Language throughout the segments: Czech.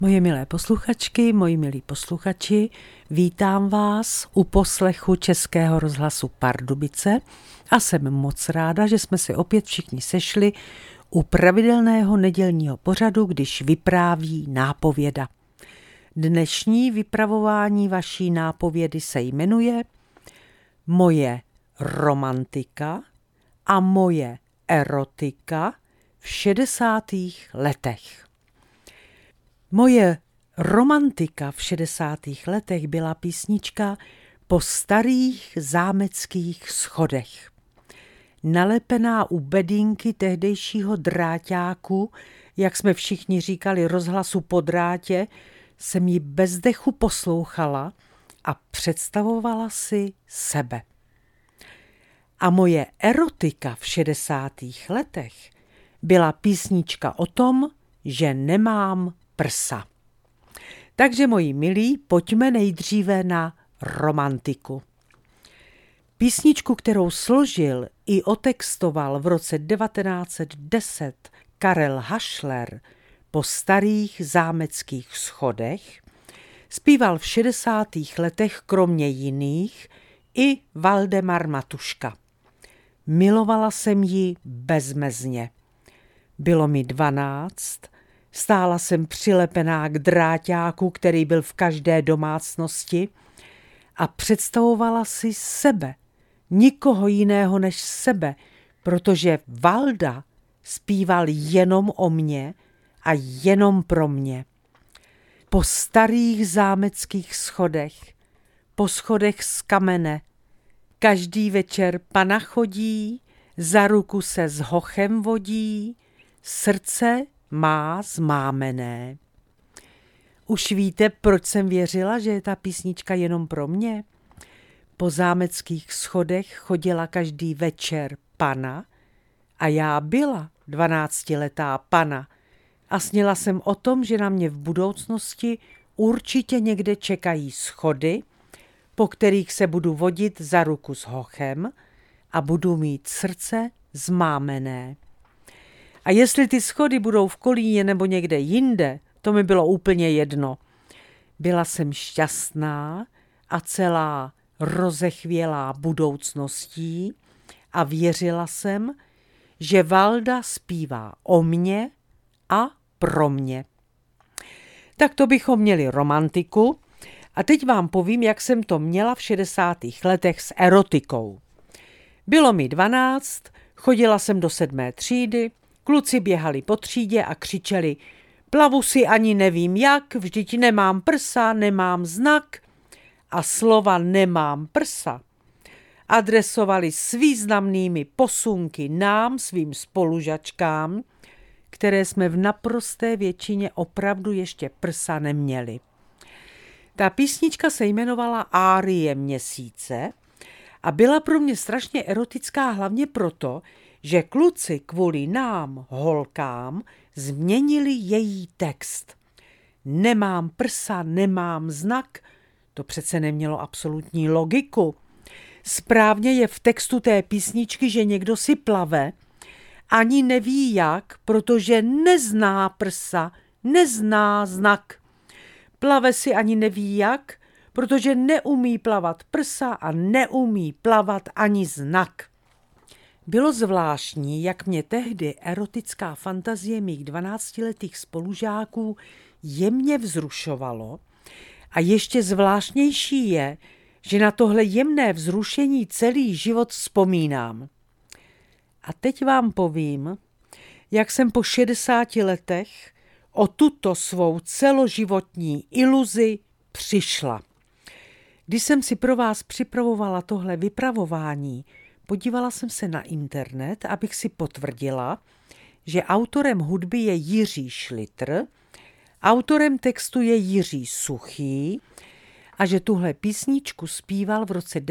Moje milé posluchačky, moji milí posluchači, vítám vás u poslechu Českého rozhlasu Pardubice a jsem moc ráda, že jsme se opět všichni sešli u pravidelného nedělního pořadu, když vypráví nápověda. Dnešní vypravování vaší nápovědy se jmenuje Moje romantika a moje erotika v 60. letech. Moje romantika v 60. letech byla písnička Po starých zámeckých schodech. Nalepená u bedínky tehdejšího dráťáku, jak jsme všichni říkali, rozhlasu po drátě, jsem ji bez dechu poslouchala a představovala si sebe. A moje erotika v 60. letech byla písnička o tom, že nemám prsa. Takže, moji milí, pojďme nejdříve na romantiku. Písničku, kterou složil i otextoval v roce 1910 Karel Hašler Po starých zámeckých schodech, zpíval v 60. letech kromě jiných i Valdemar Matuška. Milovala jsem ji bezmezně. Bylo mi 12, stála jsem přilepená k dráťáku, který byl v každé domácnosti, a představovala si sebe, nikoho jiného než sebe, protože Valda zpíval jenom o mně a jenom pro mě. Po starých zámeckých schodech, po schodech z kamene, každý večer pana chodí, za ruku se s hochem vodí, srdce má zmámené. Už víte, proč jsem věřila, že je ta písnička jenom pro mě? Po zámeckých schodech chodila každý večer pana a já byla 12letá pana a snila jsem o tom, že na mě v budoucnosti určitě někde čekají schody, po kterých se budu vodit za ruku s hochem a budu mít srdce zmámené. A jestli ty schody budou v Kolíně nebo někde jinde, to mi bylo úplně jedno. Byla jsem šťastná a celá rozechvělá budoucností a věřila jsem, že Valda zpívá o mně a pro mě. Tak to bychom měli romantiku a teď vám povím, jak jsem to měla v 60. letech s erotikou. Bylo mi 12, chodila jsem do 7. třídy, kluci běhali po třídě a křičeli: plavu si ani nevím jak, vždyť nemám prsa, nemám znak. A slova nemám prsa adresovali s významnými posunky nám, svým spolužačkám, které jsme v naprosté většině opravdu ještě prsa neměli. Ta písnička se jmenovala Árie měsíce a byla pro mě strašně erotická hlavně proto, že kluci kvůli nám, holkám, změnili její text. Nemám prsa, nemám znak, to přece nemělo absolutní logiku. Správně je v textu té písničky, že někdo si plave, ani neví jak, protože nezná prsa, nezná znak. Plave si ani neví jak, protože neumí plavat prsa a neumí plavat ani znak. Bylo zvláštní, jak mě tehdy erotická fantazie mých 12letých spolužáků jemně vzrušovalo, a ještě zvláštnější je, že na tohle jemné vzrušení celý život vzpomínám. A teď vám povím, jak jsem po 60 letech o tuto svou celoživotní iluzi přišla. Když jsem si pro vás připravovala tohle vypravování, podívala jsem se na internet, abych si potvrdila, že autorem hudby je Jiří Šlitr, autorem textu je Jiří Suchý a že tuhle písničku zpíval v roce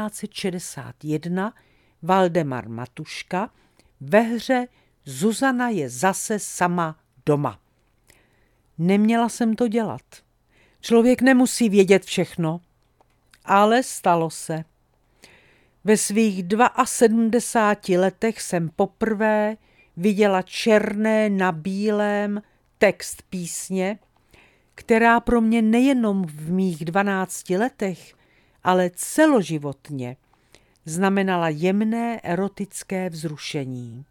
1961 Valdemar Matuška ve hře Zuzana je zase sama doma. Neměla jsem to dělat. Člověk nemusí vědět všechno, ale stalo se. Ve svých 72 letech jsem poprvé viděla černé na bílém text písně, která pro mě nejenom v mých 12 letech, ale celoživotně znamenala jemné erotické vzrušení.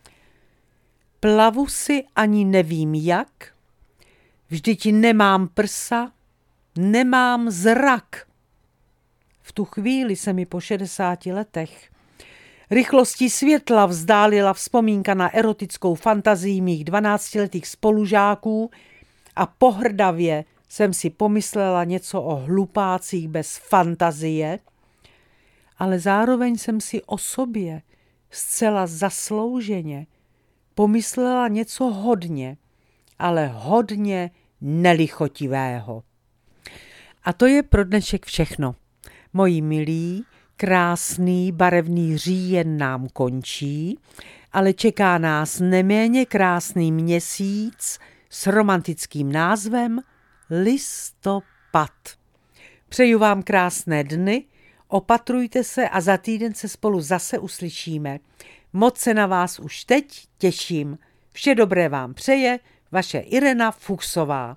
Plavu si ani nevím jak, vždyť nemám prsa, nemám zrak. V tu chvíli se mi po 60 letech rychlostí světla vzdálila vzpomínka na erotickou fantazii mých 12letých spolužáků a pohrdavě jsem si pomyslela něco o hlupácích bez fantazie, ale zároveň jsem si o sobě zcela zaslouženě pomyslela něco hodně, ale hodně nelichotivého. A to je pro dnešek všechno. Moji milí, krásný barevný říjen nám končí, ale čeká nás neméně krásný měsíc s romantickým názvem listopad. Přeju vám krásné dny, opatrujte se a za týden se spolu zase uslyšíme. Moc se na vás už teď těším. Vše dobré vám přeje vaše Irena Fuchsová.